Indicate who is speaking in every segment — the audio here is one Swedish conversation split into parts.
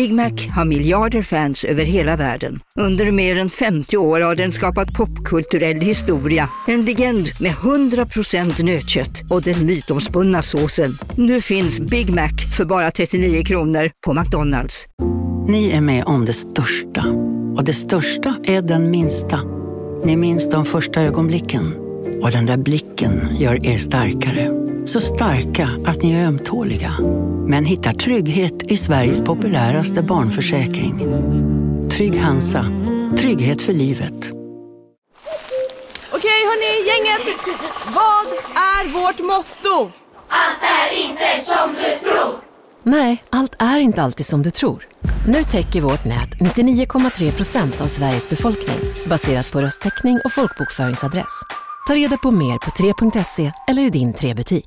Speaker 1: Big Mac har miljarder fans över hela världen. Under mer än 50 år har den skapat popkulturell historia. En legend med 100% nötkött och den mytomspunna såsen. Nu finns Big Mac för bara 39 kronor på McDonald's.
Speaker 2: Ni är med om det största. Och det största är den minsta. Ni minns de första ögonblicken. Och den där blicken gör er starkare. Så starka att ni är ömtåliga. Men hittar trygghet i Sveriges populäraste barnförsäkring. Trygg Hansa. Trygghet för livet.
Speaker 3: Okej hörni, gänget. Vad är vårt motto?
Speaker 4: Allt är inte som du tror.
Speaker 5: Nej, allt är inte alltid som du tror. Nu täcker vårt nät 99,3% av Sveriges befolkning baserat på röstteckning och folkbokföringsadress. Ta reda på mer på 3.se eller i din 3-butik.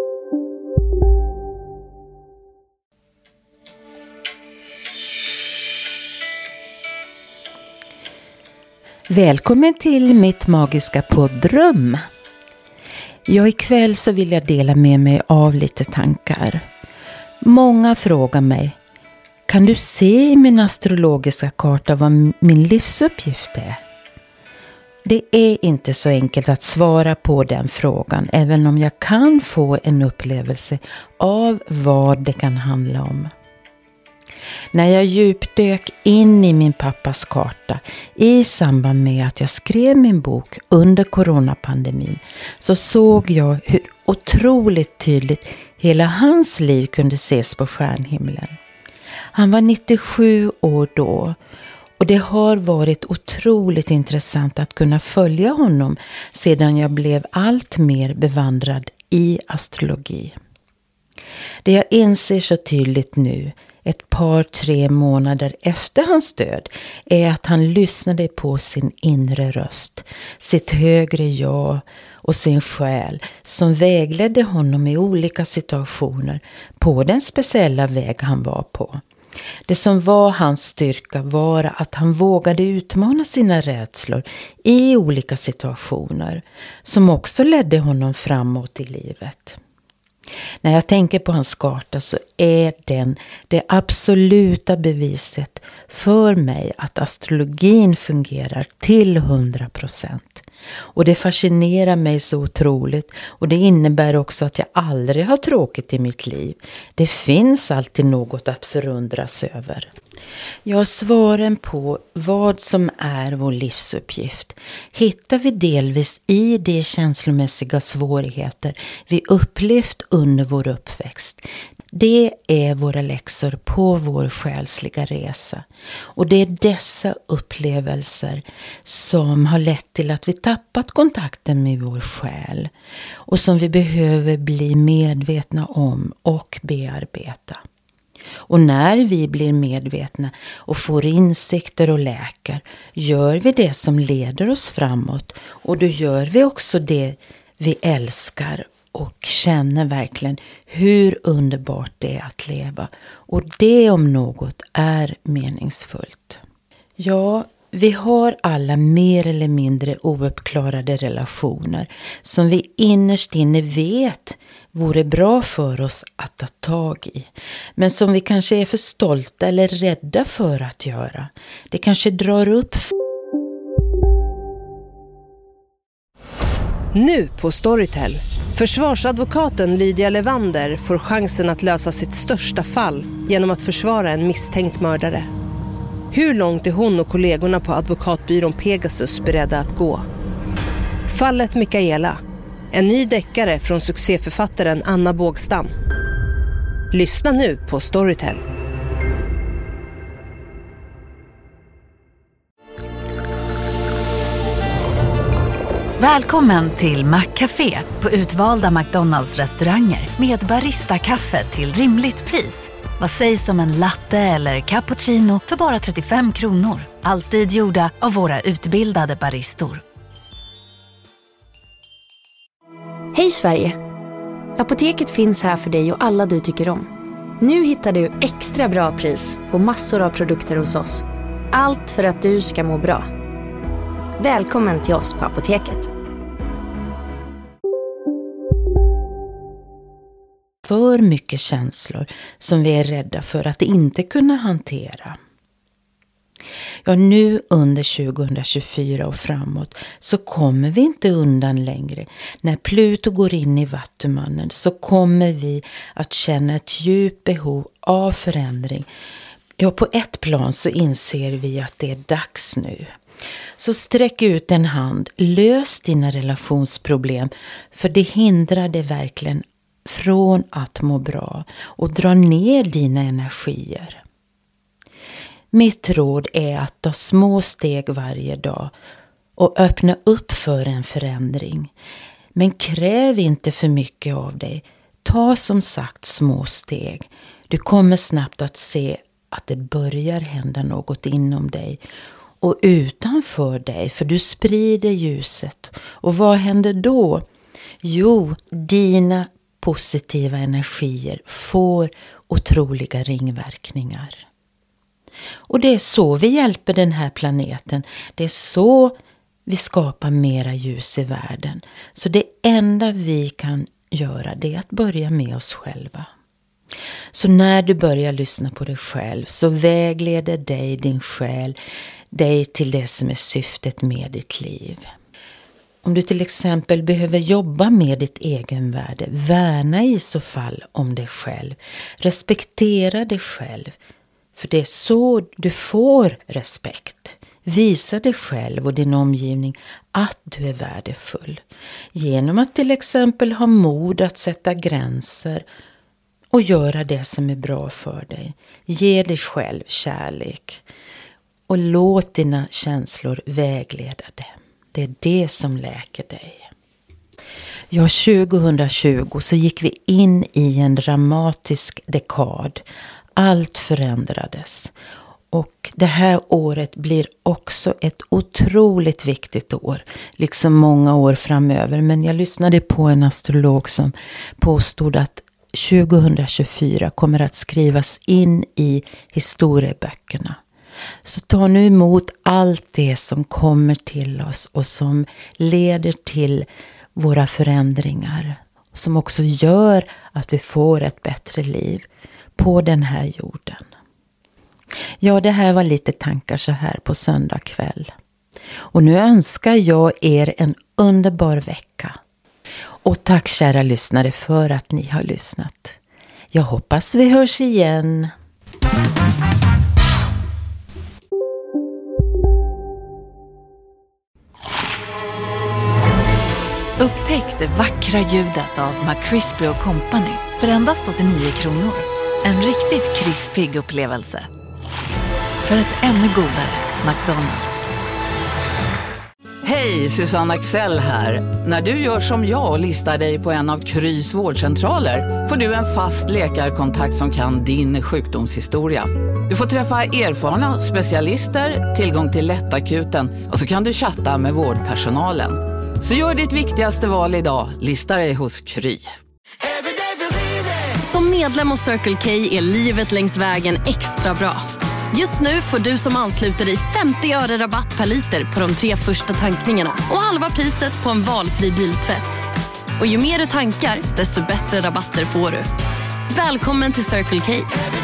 Speaker 6: Välkommen till mitt magiska poddrum. Ikväll så vill jag dela med mig av lite tankar. Många frågar mig, kan du se i min astrologiska karta vad min livsuppgift är? Det är inte så enkelt att svara på den frågan, även om jag kan få en upplevelse av vad det kan handla om. När jag djupdök in i min pappas karta i samband med att jag skrev min bok under coronapandemin, så såg jag hur otroligt tydligt hela hans liv kunde ses på stjärnhimlen. Han var 97 år då. Och det har varit otroligt intressant att kunna följa honom sedan jag blev allt mer bevandrad i astrologi. Det jag inser så tydligt nu, ett par 3 månader efter hans död, är att han lyssnade på sin inre röst, sitt högre jag och sin själ som vägledde honom i olika situationer på den speciella väg han var på. Det som var hans styrka var att han vågade utmana sina rädslor i olika situationer som också ledde honom framåt i livet. När jag tänker på hans karta så är den det absoluta beviset för mig att astrologin fungerar till 100%. Och det fascinerar mig så otroligt, och det innebär också att jag aldrig har tråkigt i mitt liv. Det finns alltid något att förundras över. Svaren på vad som är vår livsuppgift hittar vi delvis i de känslomässiga svårigheter vi upplevt under vår uppväxt. Det är våra läxor på vår själsliga resa. Och det är dessa upplevelser som har lett till att vi tappat kontakten med vår själ. Och som vi behöver bli medvetna om och bearbeta. Och när vi blir medvetna och får insikter och läker, gör vi det som leder oss framåt. Och då gör vi också det vi älskar och känner verkligen hur underbart det är att leva. Och det om något är meningsfullt. Vi har alla mer eller mindre ouppklarade relationer som vi innerst inne vet vore bra för oss att ta tag i. Men som vi kanske är för stolta eller rädda för att göra. Det kanske drar upp.
Speaker 3: Nu på Storytel. Försvarsadvokaten Lydia Levander får chansen att lösa sitt största fall genom att försvara en misstänkt mördare. Hur långt är hon och kollegorna på advokatbyrån Pegasus beredda att gå? Fallet Mikaela. En ny deckare från succéförfattaren Anna Bågstam. Lyssna nu på Storytel.
Speaker 7: Välkommen till Maccafé på utvalda McDonalds-restauranger med barista-kaffe till rimligt pris. Vad sägs om en latte eller cappuccino för bara 35 kronor? Alltid gjorda av våra utbildade baristor.
Speaker 8: Hej Sverige! Apoteket finns här för dig och alla du tycker om. Nu hittar du extra bra pris på massor av produkter hos oss. Allt för att du ska må bra. Välkommen till oss på Apoteket.
Speaker 6: för mycket känslor som vi är rädda för att inte kunna hantera. Ja, nu under 2024 och framåt så kommer vi inte undan längre. När Pluto går in i Vattumannen så kommer vi att känna ett djupt behov av förändring. Ja, på ett plan så inser vi att det är dags nu. Så sträck ut en hand, lös dina relationsproblem, för det hindrar dig verkligen från att må bra och dra ner dina energier. Mitt råd är att ta små steg varje dag och öppna upp för en förändring. Men kräv inte för mycket av dig. Ta som sagt små steg. Du kommer snabbt att se att det börjar hända något inom dig och utanför dig, för du sprider ljuset. Och vad händer då? Jo, dina positiva energier får otroliga ringverkningar. Och det är så vi hjälper den här planeten. Det är så vi skapar mera ljus i världen. Så det enda vi kan göra, det är att börja med oss själva. Så när du börjar lyssna på dig själv så vägleder dig, din själ, dig till det som är syftet med ditt liv. Om du till exempel behöver jobba med ditt egenvärde, värna i så fall om dig själv. Respektera dig själv. För det är så du får respekt. Visa dig själv och din omgivning att du är värdefull. Genom att till exempel ha mod att sätta gränser och göra det som är bra för dig. Ge dig själv kärlek. Och låt dina känslor vägleda dig. Det är det som läker dig. Ja, 2020 så gick vi in i en dramatisk dekad. Allt förändrades. Och det här året blir också ett otroligt viktigt år. Liksom många år framöver. Men jag lyssnade på en astrolog som påstod att 2024 kommer att skrivas in i historieböckerna. Så ta nu emot allt det som kommer till oss och som leder till våra förändringar. Som också gör att vi får ett bättre liv på den här jorden. Ja, det här var lite tankar så här på söndag kväll. Och nu önskar jag er en underbar vecka. Och tack kära lyssnare för att ni har lyssnat. Jag hoppas vi hörs igen.
Speaker 7: Upptäck det vackra ljudet av McCrispy & Company för endast 89 kronor. En riktigt krispig upplevelse. För ett ännu godare McDonald's.
Speaker 2: Hej, Susanne Axel här. När du gör som jag och listar dig på en av Krys vårdcentraler får du en fast läkarkontakt som kan din sjukdomshistoria. Du får träffa erfarna specialister, tillgång till lättakuten och så kan du chatta med vårdpersonalen. Så gör ditt viktigaste val idag, lista dig hos Kry.
Speaker 8: Som medlem hos Circle K är livet längs vägen extra bra. Just nu får du som ansluter dig 50 öre rabatt per liter på de 3 första tankningarna och halva priset på en valfri biltvätt. Och ju mer du tankar, desto bättre rabatter får du. Välkommen till Circle K.